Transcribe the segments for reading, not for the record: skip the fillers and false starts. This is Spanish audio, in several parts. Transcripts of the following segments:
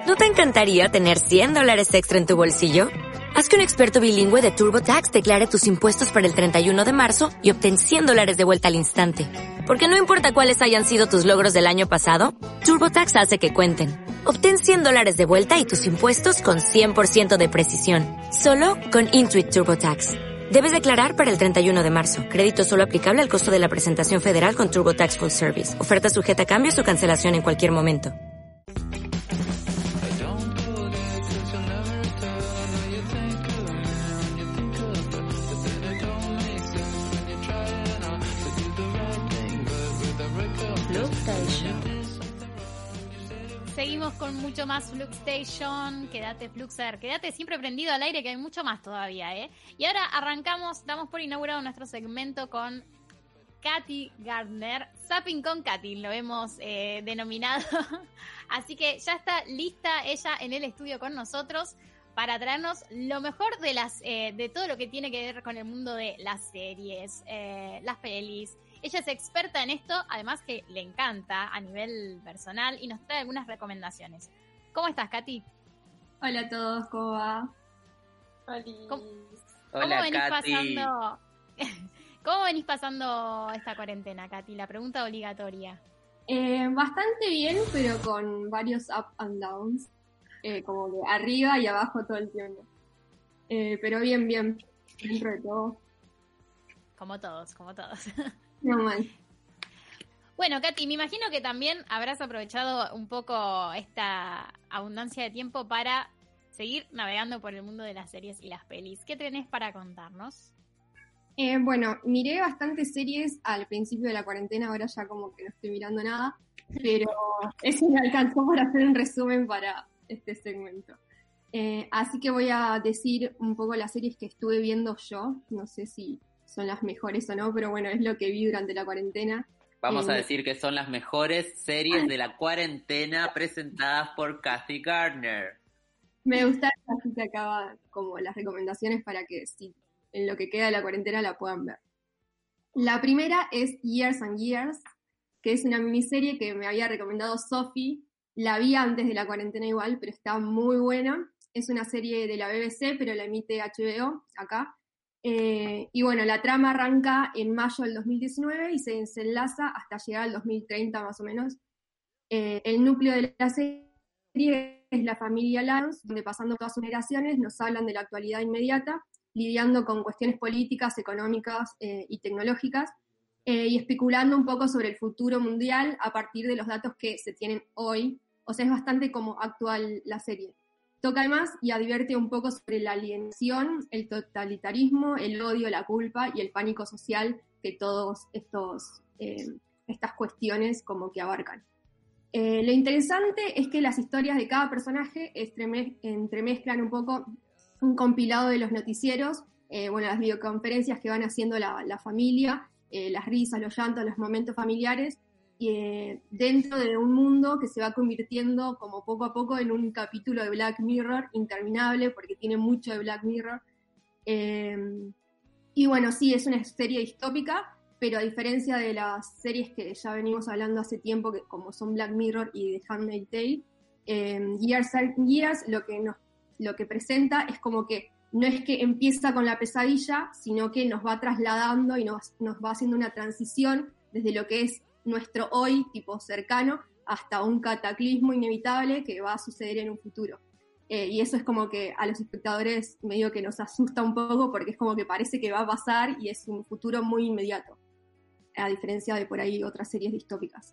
¿No te encantaría tener $100 extra en tu bolsillo? Haz que un experto bilingüe de TurboTax declare tus impuestos para el 31 de marzo y obtén $100 de vuelta al instante. Porque no importa cuáles hayan sido tus logros del año pasado, TurboTax hace que cuenten. Obtén $100 de vuelta y tus impuestos con 100% de precisión. Solo con Intuit TurboTax. Debes declarar para el 31 de marzo. Crédito solo aplicable al costo de la presentación federal con TurboTax Full Service. Oferta sujeta a cambios o cancelación en cualquier momento. Seguimos con mucho más Fluxstation. Quédate, Fluxer. Quédate siempre prendido al aire, que hay mucho más todavía, ¿eh? Y ahora arrancamos, damos por inaugurado nuestro segmento con Katy Gardner. Zapping con Katy, lo hemos denominado. Así que ya está lista ella en el estudio con nosotros para traernos lo mejor de todo lo que tiene que ver con el mundo de las series, las pelis. Ella es experta en esto, además que le encanta a nivel personal y nos trae algunas recomendaciones. ¿Cómo estás, Katy? Hola a todos, ¿cómo va? ¿Cómo venís pasando? ¿Cómo venís pasando esta cuarentena, Katy? La pregunta obligatoria. Bastante bien, pero con varios up and downs, como que arriba y abajo todo el tiempo. Pero bien, dentro de todo. Como todos. No mal. Bueno, Katy, me imagino que también habrás aprovechado un poco esta abundancia de tiempo para seguir navegando por el mundo de las series y las pelis. ¿Qué tenés para contarnos? Bueno, miré bastantes series al principio de la cuarentena, ahora ya como que no estoy mirando nada, pero eso me alcanzó para hacer un resumen para este segmento. Así que voy a decir un poco las series que estuve viendo yo, no sé si son las mejores o no, pero bueno, es lo que vi durante la cuarentena. Vamos a decir que son las mejores series de la cuarentena presentadas por Katy Gardner. Me gusta así que acaba como las recomendaciones para que si en lo que queda de la cuarentena la puedan ver. La primera es Years and Years, que es una miniserie que me había recomendado Sophie. La vi antes de la cuarentena igual, pero está muy buena. Es una serie de la BBC, pero la emite HBO acá. Y bueno, la trama arranca en mayo del 2019 y se desenlaza hasta llegar al 2030 más o menos. El núcleo de la serie es la familia Lance, donde pasando todas sus generaciones nos hablan de la actualidad inmediata, lidiando con cuestiones políticas, económicas y tecnológicas, y especulando un poco sobre el futuro mundial a partir de los datos que se tienen hoy. O sea, es bastante como actual la serie. Toca además y advierte un poco sobre la alienación, el totalitarismo, el odio, la culpa y el pánico social que todos estas cuestiones como que abarcan. Lo interesante es que las historias de cada personaje entremezclan un poco un compilado de los noticieros, las videoconferencias que van haciendo la familia, las risas, los llantos, los momentos familiares, dentro de un mundo que se va convirtiendo como poco a poco en un capítulo de Black Mirror interminable, porque tiene mucho de Black Mirror. Y bueno, sí, es una serie distópica, pero a diferencia de las series que ya venimos hablando hace tiempo, que como son Black Mirror y The Handmaid's Tale, Years and Years lo que presenta es como que no es que empieza con la pesadilla, sino que nos va trasladando y nos va haciendo una transición desde lo que es nuestro hoy, tipo cercano, hasta un cataclismo inevitable que va a suceder en un futuro. Y eso es como que a los espectadores medio que nos asusta un poco, porque es como que parece que va a pasar y es un futuro muy inmediato, a diferencia de por ahí otras series distópicas.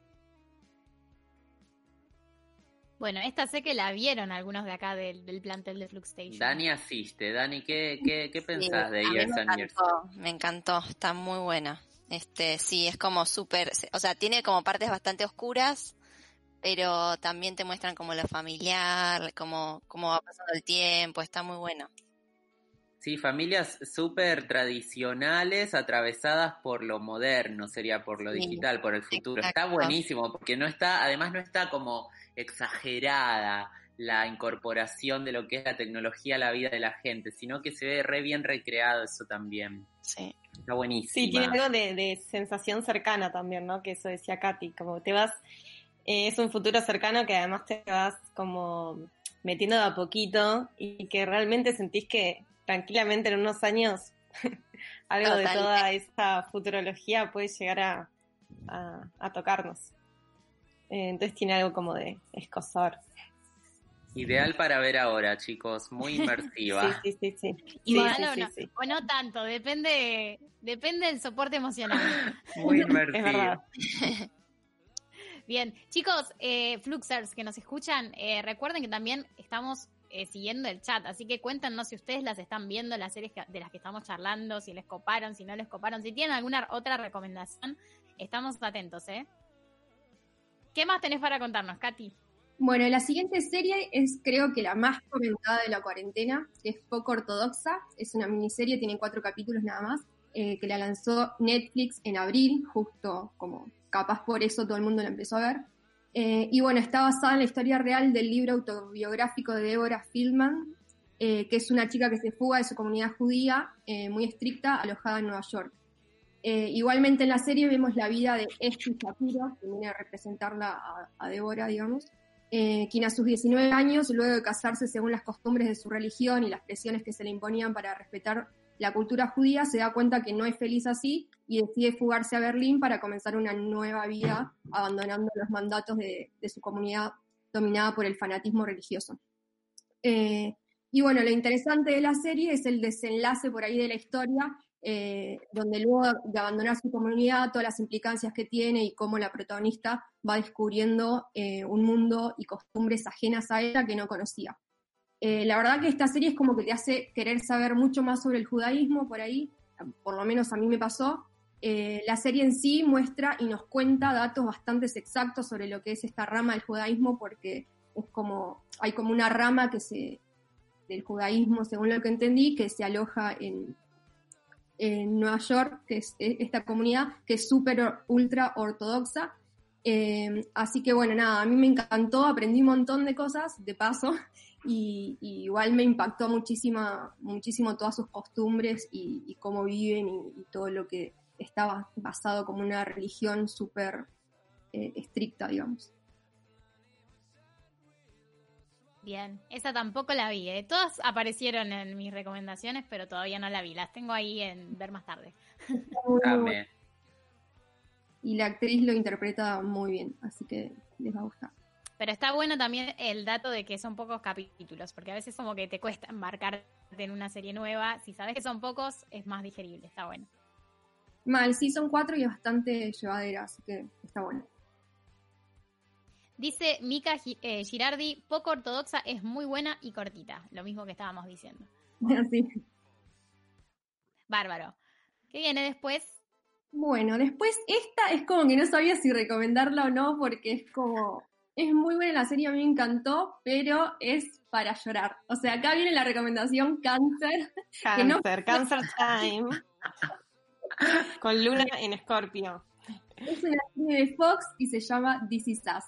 Bueno, esta sé que la vieron algunos de acá del plantel de Fluxstation. Dani asiste. Dani, ¿qué pensás de Years and Years? Me encantó, está muy buena. Sí, es como súper, o sea, tiene como partes bastante oscuras, pero también te muestran como lo familiar, cómo va pasando el tiempo, está muy bueno. Sí, familias súper tradicionales atravesadas por lo moderno, sería por lo digital, por el futuro. Exacto. Está buenísimo, porque además no está como exagerada la incorporación de lo que es la tecnología a la vida de la gente, sino que se ve re bien recreado eso también. Sí. Está buenísimo. Sí, tiene algo de sensación cercana también, ¿no? Que eso decía Katy, como te vas, es un futuro cercano que además te vas como metiendo de a poquito y que realmente sentís que tranquilamente en unos años algo de toda esa futurología puede llegar a tocarnos. Entonces tiene algo como de escozor. Ideal para ver ahora, chicos, muy inmersiva. Sí. Sí. O no tanto, depende del soporte emocional. Muy Es verdad. inmersiva. Bien, chicos, Fluxers que nos escuchan, recuerden que también estamos siguiendo el chat, así que cuéntanos si ustedes las están viendo, las series de las que estamos charlando, si les coparon, si no les coparon, si tienen alguna otra recomendación, estamos atentos, ¿eh? ¿Qué más tenés para contarnos, Katy? Bueno, la siguiente serie es creo que la más comentada de la cuarentena, que es Poco Ortodoxa. Es una miniserie, tiene 4 capítulos nada más, que la lanzó Netflix en abril, justo como capaz por eso todo el mundo la empezó a ver. Y bueno, está basada en la historia real del libro autobiográfico de Deborah Feldman, que es una chica que se fuga de su comunidad judía, muy estricta, alojada en Nueva York. Igualmente en la serie vemos la vida de Esti Shapiro, que viene a representarla a Deborah, digamos, quien a sus 19 años, luego de casarse según las costumbres de su religión y las presiones que se le imponían para respetar la cultura judía, se da cuenta que no es feliz así y decide fugarse a Berlín para comenzar una nueva vida, abandonando los mandatos de su comunidad dominada por el fanatismo religioso. Y bueno, lo interesante de la serie es el desenlace por ahí de la historia, donde luego de abandonar su comunidad, todas las implicancias que tiene y cómo la protagonista va descubriendo un mundo y costumbres ajenas a ella que no conocía. La verdad que esta serie es como que te hace querer saber mucho más sobre el judaísmo por ahí, por lo menos a mí me pasó. La serie en sí muestra y nos cuenta datos bastante exactos sobre lo que es esta rama del judaísmo, porque es como, hay como una rama del judaísmo, según lo que entendí, que se aloja en Nueva York, que es esta comunidad que es súper ultra ortodoxa. Así que bueno, nada, a mí me encantó, aprendí un montón de cosas, de paso, y igual me impactó muchísimo todas sus costumbres y cómo viven y todo lo que estaba basado como una religión súper estricta, digamos. Bien, esa tampoco la vi, ¿eh? Todas aparecieron en mis recomendaciones, pero todavía no la vi. Las tengo ahí en ver más tarde. Amén. Y la actriz lo interpreta muy bien, así que les va a gustar. Pero está bueno también el dato de que son pocos capítulos, porque a veces como que te cuesta embarcarte en una serie nueva. Si sabes que son pocos, es más digerible, está bueno. Mal, sí, son 4 y es bastante llevadera, así que está bueno. Dice Mika Girardi, Poco Ortodoxa es muy buena y cortita, lo mismo que estábamos diciendo. Así. Bárbaro. ¿Qué viene después? Bueno, después esta es como que no sabía si recomendarla o no, porque es como, es muy buena la serie, a mí me encantó, pero es para llorar. O sea, acá viene la recomendación Cáncer. Cáncer Time. Con Luna en Escorpio. Es una serie de Fox y se llama This Is Us.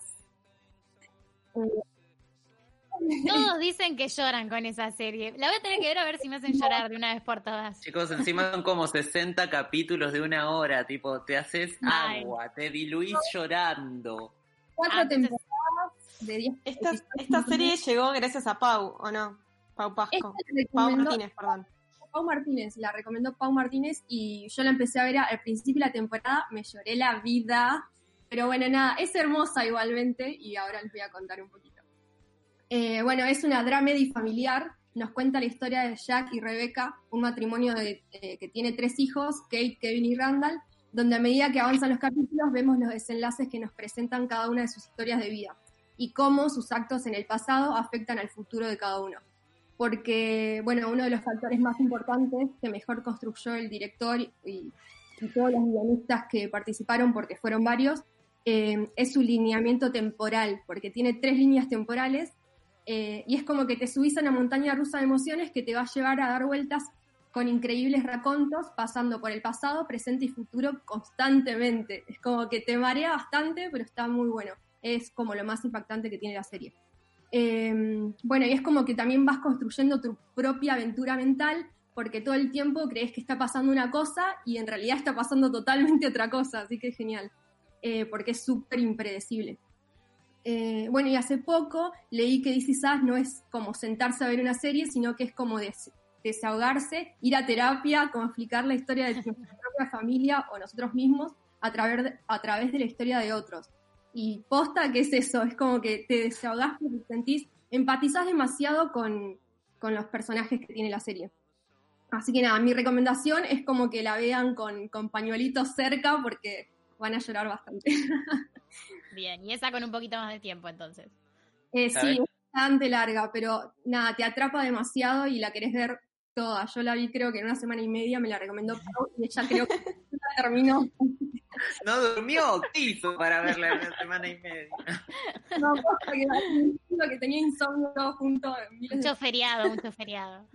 Todos dicen que lloran con esa serie. La voy a tener que ver a ver si me hacen llorar de una vez por todas. Chicos, encima son como 60 capítulos de 1 hora, tipo, te haces agua, te diluís llorando. 4 temporadas de 10. Esta serie llegó gracias a Pau, ¿o no? Pau Pasco. Pau Martínez, perdón. Pau Martínez, la recomendó Pau Martínez y yo la empecé a ver al principio de la temporada, me lloré la vida, pero bueno, nada, es hermosa igualmente y ahora les voy a contar un poquito. Bueno, es una dramedy familiar, nos cuenta la historia de Jack y Rebecca, un matrimonio que tiene 3 hijos, Kate, Kevin y Randall, donde a medida que avanzan los capítulos vemos los desenlaces que nos presentan cada una de sus historias de vida y cómo sus actos en el pasado afectan al futuro de cada uno. Porque, bueno, uno de los factores más importantes que mejor construyó el director y todos los guionistas que participaron, porque fueron varios, es su lineamiento temporal, porque tiene 3 líneas temporales y es como que te subís a una montaña rusa de emociones que te va a llevar a dar vueltas con increíbles racontos, pasando por el pasado, presente y futuro constantemente. Es como que te marea bastante, pero está muy bueno. Es como lo más impactante que tiene la serie. Bueno, y es como que también vas construyendo tu propia aventura mental, porque todo el tiempo crees que está pasando una cosa y en realidad está pasando totalmente otra cosa, así que es genial, porque es súper impredecible. Bueno, y hace poco leí que This Is Us no es como sentarse a ver una serie, sino que es como desahogarse, ir a terapia, como explicar la historia de nuestra propia familia o nosotros mismos a través de la historia de otros. Y posta, ¿qué es eso? Es como que te desahogás porque empatizás demasiado con los personajes que tiene la serie. Así que nada, mi recomendación es como que la vean con pañuelitos cerca porque van a llorar bastante. Bien, y esa con un poquito más de tiempo entonces. Sí, es bastante larga, pero nada, te atrapa demasiado y la querés ver toda. Yo la vi creo que en 1 semana y media, me la recomendó Pau y ella creo que la terminó. ¿No durmió? ¿Qué hizo para verla en 1 semana y media? No, que tenía insomnio todo junto. Mucho feriado. Mucho feriado,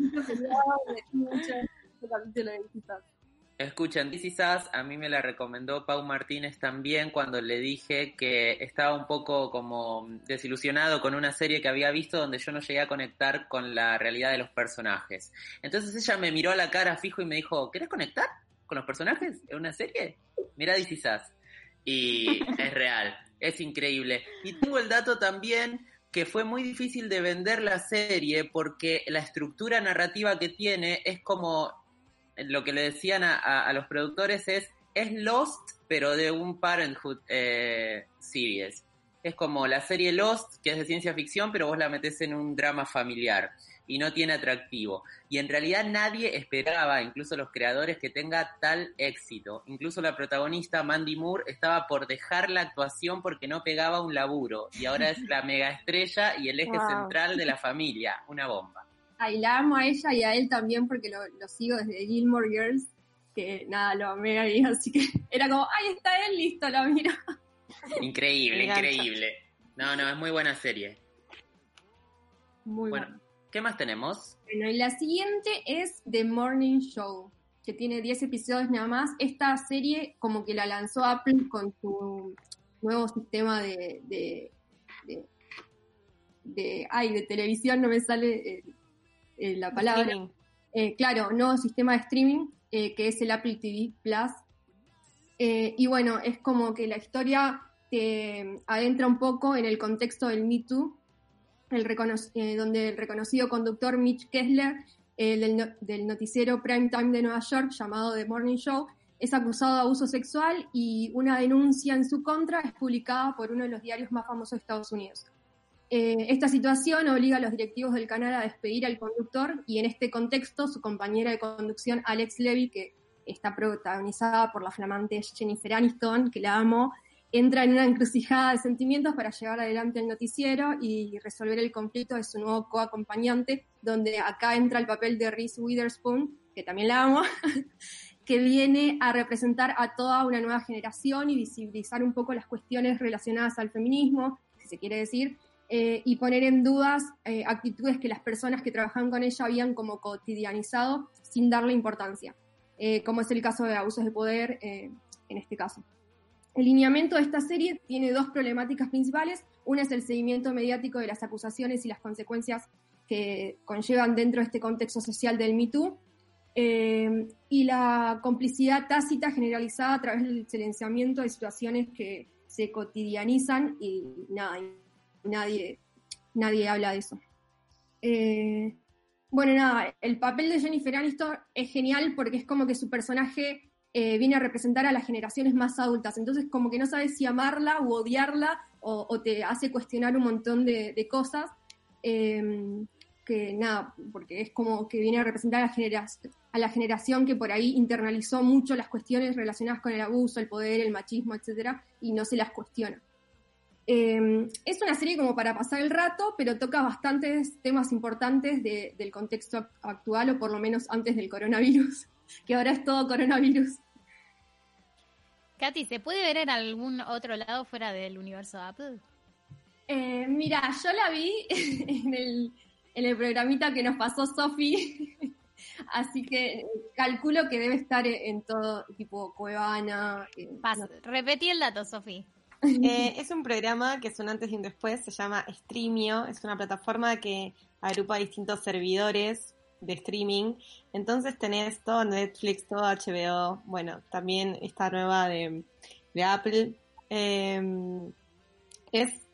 mucho capítulo de quizás. Escuchen, This Is Us, a mí me la recomendó Pau Martínez también cuando le dije que estaba un poco como desilusionado con una serie que había visto donde yo no llegué a conectar con la realidad de los personajes. Entonces ella me miró a la cara fijo y me dijo, ¿querés conectar con los personajes en una serie? Mirá This Is Us. Y es real, es increíble. Y tengo el dato también que fue muy difícil de vender la serie porque la estructura narrativa que tiene es como... Lo que le decían a los productores es Lost, pero de un Parenthood series. Es como la serie Lost, que es de ciencia ficción, pero vos la metés en un drama familiar y no tiene atractivo. Y en realidad nadie esperaba, incluso los creadores, que tenga tal éxito. Incluso la protagonista, Mandy Moore, estaba por dejar la actuación porque no pegaba un laburo. Y ahora es la mega estrella y el eje central de la familia. Una bomba. Y la amo a ella y a él también porque lo sigo desde Gilmore Girls, que nada, lo amé ahí, así que era como, ahí está él, listo, lo miro. Increíble, increíble. No, es muy buena serie. Muy bueno. ¿Qué más tenemos? Bueno, y la siguiente es The Morning Show, que tiene 10 episodios nada más. Esta serie como que la lanzó Apple con su nuevo sistema de televisión, no me sale... la palabra, claro, nuevo sistema de streaming, que es el Apple TV Plus, y bueno, es como que la historia te adentra un poco en el contexto del Me Too, donde el reconocido conductor Mitch Kessler, del noticiero Primetime de Nueva York, llamado The Morning Show, es acusado de abuso sexual y una denuncia en su contra es publicada por uno de los diarios más famosos de Estados Unidos. Esta situación obliga a los directivos del canal a despedir al conductor y en este contexto su compañera de conducción Alex Levy, que está protagonizada por la flamante Jennifer Aniston, que la amo, entra en una encrucijada de sentimientos para llevar adelante el noticiero y resolver el conflicto de su nuevo coacompañante, donde acá entra el papel de Reese Witherspoon, que también la amo, que viene a representar a toda una nueva generación y visibilizar un poco las cuestiones relacionadas al feminismo, si se quiere decir, y poner en dudas actitudes que las personas que trabajan con ella habían como cotidianizado sin darle importancia, como es el caso de abusos de poder en este caso. El lineamiento de esta serie tiene 2 problemáticas principales. Una es el seguimiento mediático de las acusaciones y las consecuencias que conllevan dentro de este contexto social del Me Too, y la complicidad tácita generalizada a través del silenciamiento de situaciones que se cotidianizan y nadie habla de eso. Bueno, nada, el papel de Jennifer Aniston es genial porque es como que su personaje viene a representar a las generaciones más adultas, entonces como que no sabes si amarla u odiarla o te hace cuestionar un montón de cosas, que nada, porque es como que viene a representar a la generación que por ahí internalizó mucho las cuestiones relacionadas con el abuso, el poder, el machismo, etcétera, y no se las cuestiona. Es una serie como para pasar el rato, pero toca bastantes temas importantes del contexto actual, o por lo menos antes del coronavirus, que ahora es todo coronavirus. Katy, ¿se puede ver en algún otro lado fuera del universo Apple? Mira, yo la vi en el programita que nos pasó Sofi, así que calculo que debe estar en todo, tipo Cuevana. No. Repetí el dato, Sofi. Es un programa que es un antes y un después, se llama Streamio, es una plataforma que agrupa distintos servidores de streaming, entonces tenés todo Netflix, todo HBO, bueno, también esta nueva de Apple, es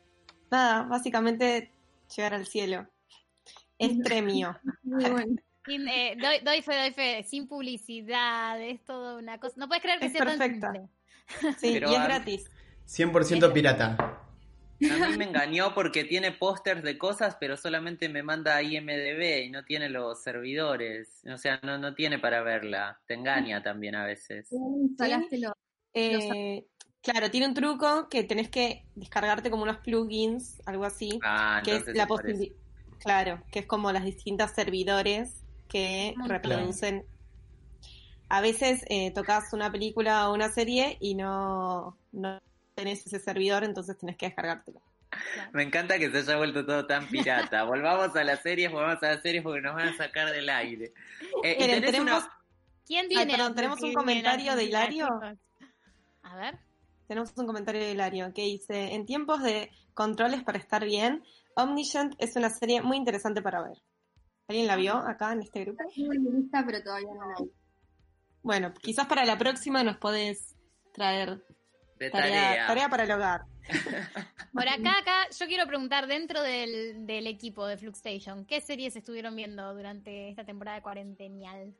nada, básicamente llegar al cielo. Es premio. Muy bueno. Doy fe, sin publicidad, es todo una cosa. No puedes creer que Es sea perfecta. tan simple. Sí, Pero y es gratis. 100% pirata. A mí me engañó porque tiene pósters de cosas, pero solamente me manda a IMDb y no tiene los servidores. O sea, no tiene para verla. Te engaña también a veces. Instalaste Claro, tiene un truco que tenés que descargarte como unos plugins, algo así, que es Entonces la es por eso. posibilidad. Claro, que es como las distintas servidores que reproducen. A veces tocas una película o una serie y no tenés ese servidor, entonces tenés que descargártelo. Me encanta que se haya vuelto todo tan pirata. Volvamos a las series porque nos van a sacar del aire. Y Miren, tenés tenemos, ¿Quién tiene? tenemos un comentario de Hilario. A ver. Tenemos un comentario de Hilario que dice: en tiempos de controles para estar bien, Omniscient es una serie muy interesante para ver. ¿Alguien la vio acá en este grupo? Tengo en mi lista, pero todavía no la vi. Bueno, quizás para la próxima nos podés traer de tarea para el hogar. Por acá, yo quiero preguntar, dentro del equipo de Fluxstation, ¿qué series estuvieron viendo durante esta temporada cuarentenial?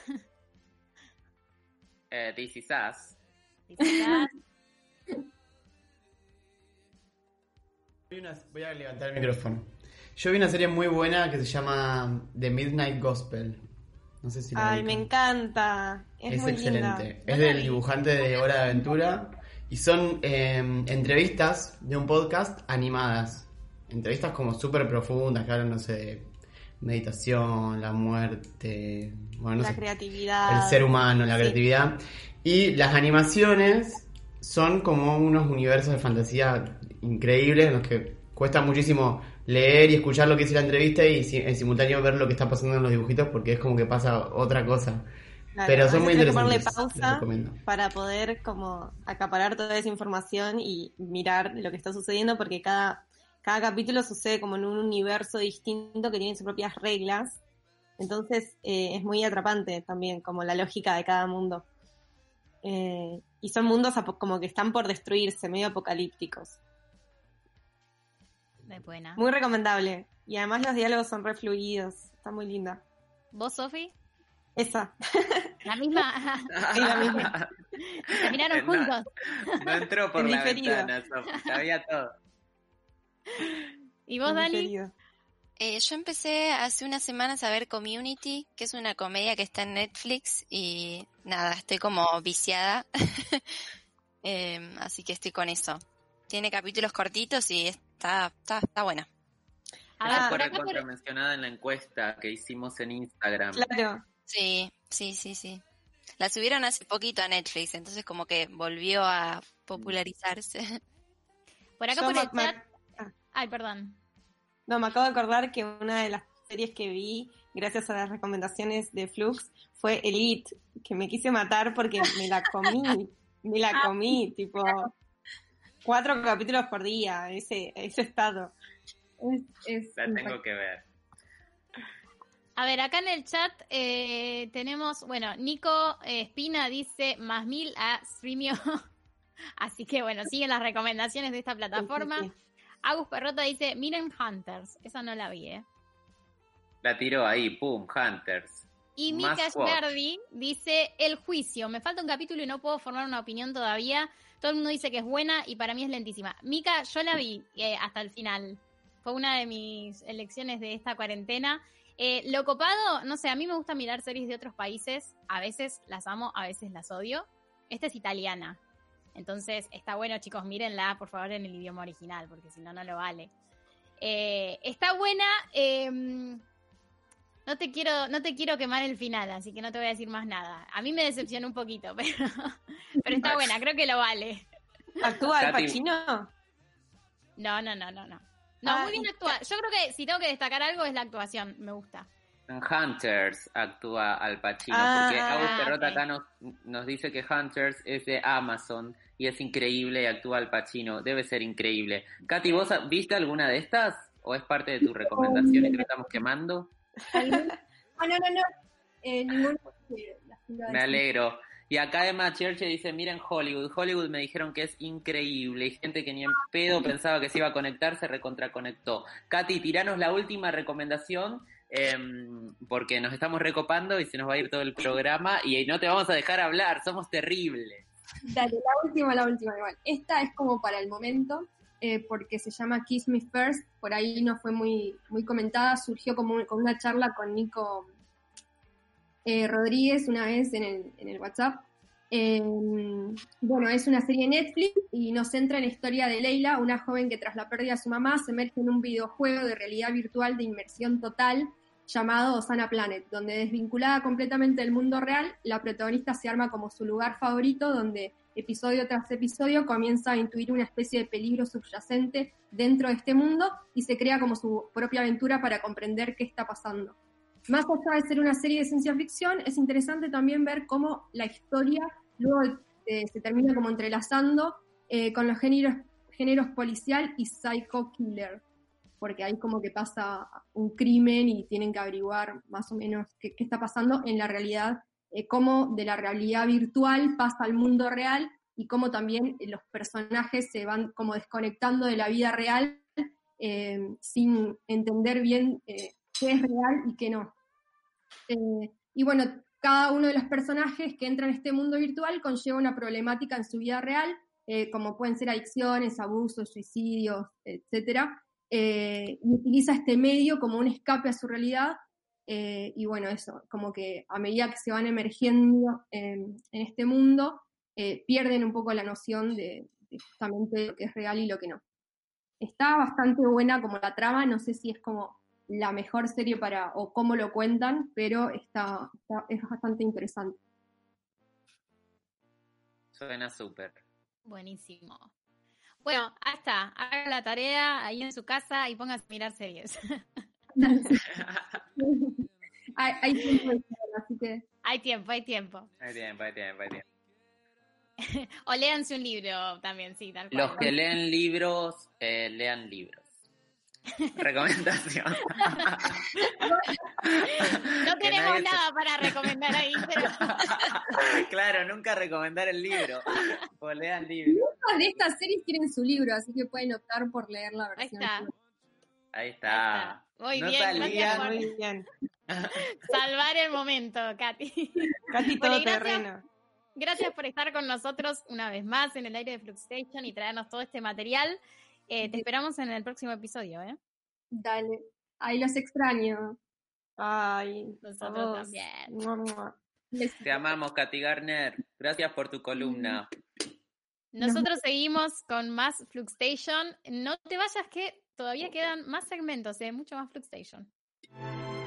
This Is Us. Voy a levantar el micrófono. Yo vi una serie muy buena que se llama The Midnight Gospel. No sé si la Ay, me ubican. encanta. Es muy excelente. linda. Es del dibujante de Hora de Aventura. Y son entrevistas de un podcast animadas. Entrevistas como súper profundas que hablan, no sé, de meditación, la muerte, bueno, no La sé, creatividad. el ser humano, la Sí. creatividad. Y las animaciones son como unos universos de fantasía increíbles en los que cuesta muchísimo leer y escuchar lo que dice la entrevista y en simultáneo ver lo que está pasando en los dibujitos porque es como que pasa otra cosa. Claro, Pero a son muy veces tenés que interesantes. ponerle Les pausa recomiendo. para poder como acaparar toda esa información y mirar lo que está sucediendo, porque cada capítulo sucede como en un universo distinto que tiene sus propias reglas. Entonces es muy atrapante también, como la lógica de cada mundo. Y son mundos como que están por destruirse, medio apocalípticos. De buena. Muy recomendable. Y además los diálogos son re fluidos. Está muy linda. ¿Vos, Sofi? Esa. La misma. Es la misma. Terminaron juntos. No entró por En la diferido. ventana, Sofi, sabía todo. ¿Y vos, Dani? Diferido. Yo empecé hace unas semanas a ver Community, que es una comedia que está en Netflix y nada, estoy como viciada. Así que estoy con eso. Tiene capítulos cortitos y está buena. A Esa ver, fue por acá recontra mencionada en la encuesta que hicimos en Instagram. Claro. Sí. La subieron hace poquito a Netflix, entonces como que volvió a popularizarse. por acá Yo por el me- chat. Ay, perdón. No, me acabo de acordar que una de las series que vi, gracias a las recomendaciones de Flux, fue Elite, que me quise matar porque me la comí, tipo 4 capítulos por día, ese estado. La tengo que ver. A ver, acá en el chat tenemos, bueno, Nico Espina dice más 1000 a Streamio. Así que bueno, siguen las recomendaciones de esta plataforma. Sí. Agus Perrota dice, miren Hunters. Esa no la vi, La tiró ahí, pum, Hunters. Y Más Mika watch. Schwerdi dice, El Juicio. Me falta un capítulo y no puedo formar una opinión todavía. Todo el mundo dice que es buena y para mí es lentísima. Mika, yo la vi hasta el final. Fue una de mis elecciones de esta cuarentena. Lo copado, no sé, a mí me gusta mirar series de otros países. A veces las amo, a veces las odio. Esta es italiana. Entonces, está bueno, chicos, mírenla, por favor, en el idioma original, porque si no, no lo vale. Está buena. No te quiero quemar el final, así que no te voy a decir más nada. A mí me decepcionó un poquito, pero está buena, creo que lo vale. ¿Actúa Al Katy. Pacino? No, muy bien actúa. Yo creo que si tengo que destacar algo es la actuación, me gusta. En Hunters actúa Al Pacino, Ah, porque Agus Perrota ok. acá nos dice que Hunters es de Amazon y es increíble y actúa Al Pacino. Debe ser increíble. Katy, ¿vos viste alguna de estas? ¿O es parte de tus recomendaciones que lo estamos quemando? No. Ninguno. Me alegro. Y acá Emma Churchill dice, miren Hollywood me dijeron que es increíble, y gente que ni en pedo pensaba que se iba a conectar, se recontraconectó. Katy, tiranos la última recomendación, porque nos estamos recopando y se nos va a ir todo el programa, y no te vamos a dejar hablar, somos terribles. Dale, la última igual. Esta es como para el momento, porque se llama Kiss Me First, por ahí no fue muy comentada, surgió como una charla con Nico Rodríguez una vez en el WhatsApp. Bueno, es una serie Netflix y nos centra en la historia de Leila, una joven que tras la pérdida de su mamá se emerge en un videojuego de realidad virtual de inmersión total llamado Osana Planet, donde desvinculada completamente del mundo real, la protagonista se arma como su lugar favorito, donde episodio tras episodio comienza a intuir una especie de peligro subyacente dentro de este mundo y se crea como su propia aventura para comprender qué está pasando. Más allá de ser una serie de ciencia ficción, es interesante también ver cómo la historia luego se termina como entrelazando con los géneros policial y psycho killer, porque ahí como que pasa un crimen y tienen que averiguar más o menos qué está pasando en la realidad, cómo de la realidad virtual pasa al mundo real y cómo también los personajes se van como desconectando de la vida real sin entender bien qué es real y qué no. Y bueno, cada uno de los personajes que entran en este mundo virtual conlleva una problemática en su vida real, como pueden ser adicciones, abusos, suicidios, etcétera, y utiliza este medio como un escape a su realidad, y bueno, eso, como que a medida que se van emergiendo en este mundo, pierden un poco la noción de justamente lo que es real y lo que no. Está bastante buena como la trama, no sé si es como la mejor serie o cómo lo cuentan, pero es bastante interesante. Suena súper. Buenísimo. Bueno, ahí está. Haga la tarea ahí en su casa y póngase a mirar series. hay tiempo de hacerlo, así que... Hay tiempo. Hay tiempo. O léanse un libro también, sí, tal cual. Los que leen libros, lean libros. Recomendación. No tenemos nada para recomendar ahí, pero... Claro, nunca recomendar el libro. O lean libros. Muchas de estas series tienen su libro, así que pueden optar por leer la versión. Ahí está. Muy no bien, salían. Muy bien. Salvar el momento, Katy. Katy Bueno, todoterreno. Gracias por estar con nosotros una vez más en el aire de Flux Station y traernos todo este material. Te esperamos en el próximo episodio, ¿eh? Dale. Ahí los extraño. Ay, Nosotros también. Mua, mua. Te amamos, Katy Garner. Gracias por tu columna. Nosotros seguimos con más Flux Station. No te vayas que todavía quedan más segmentos, mucho más Flux Station.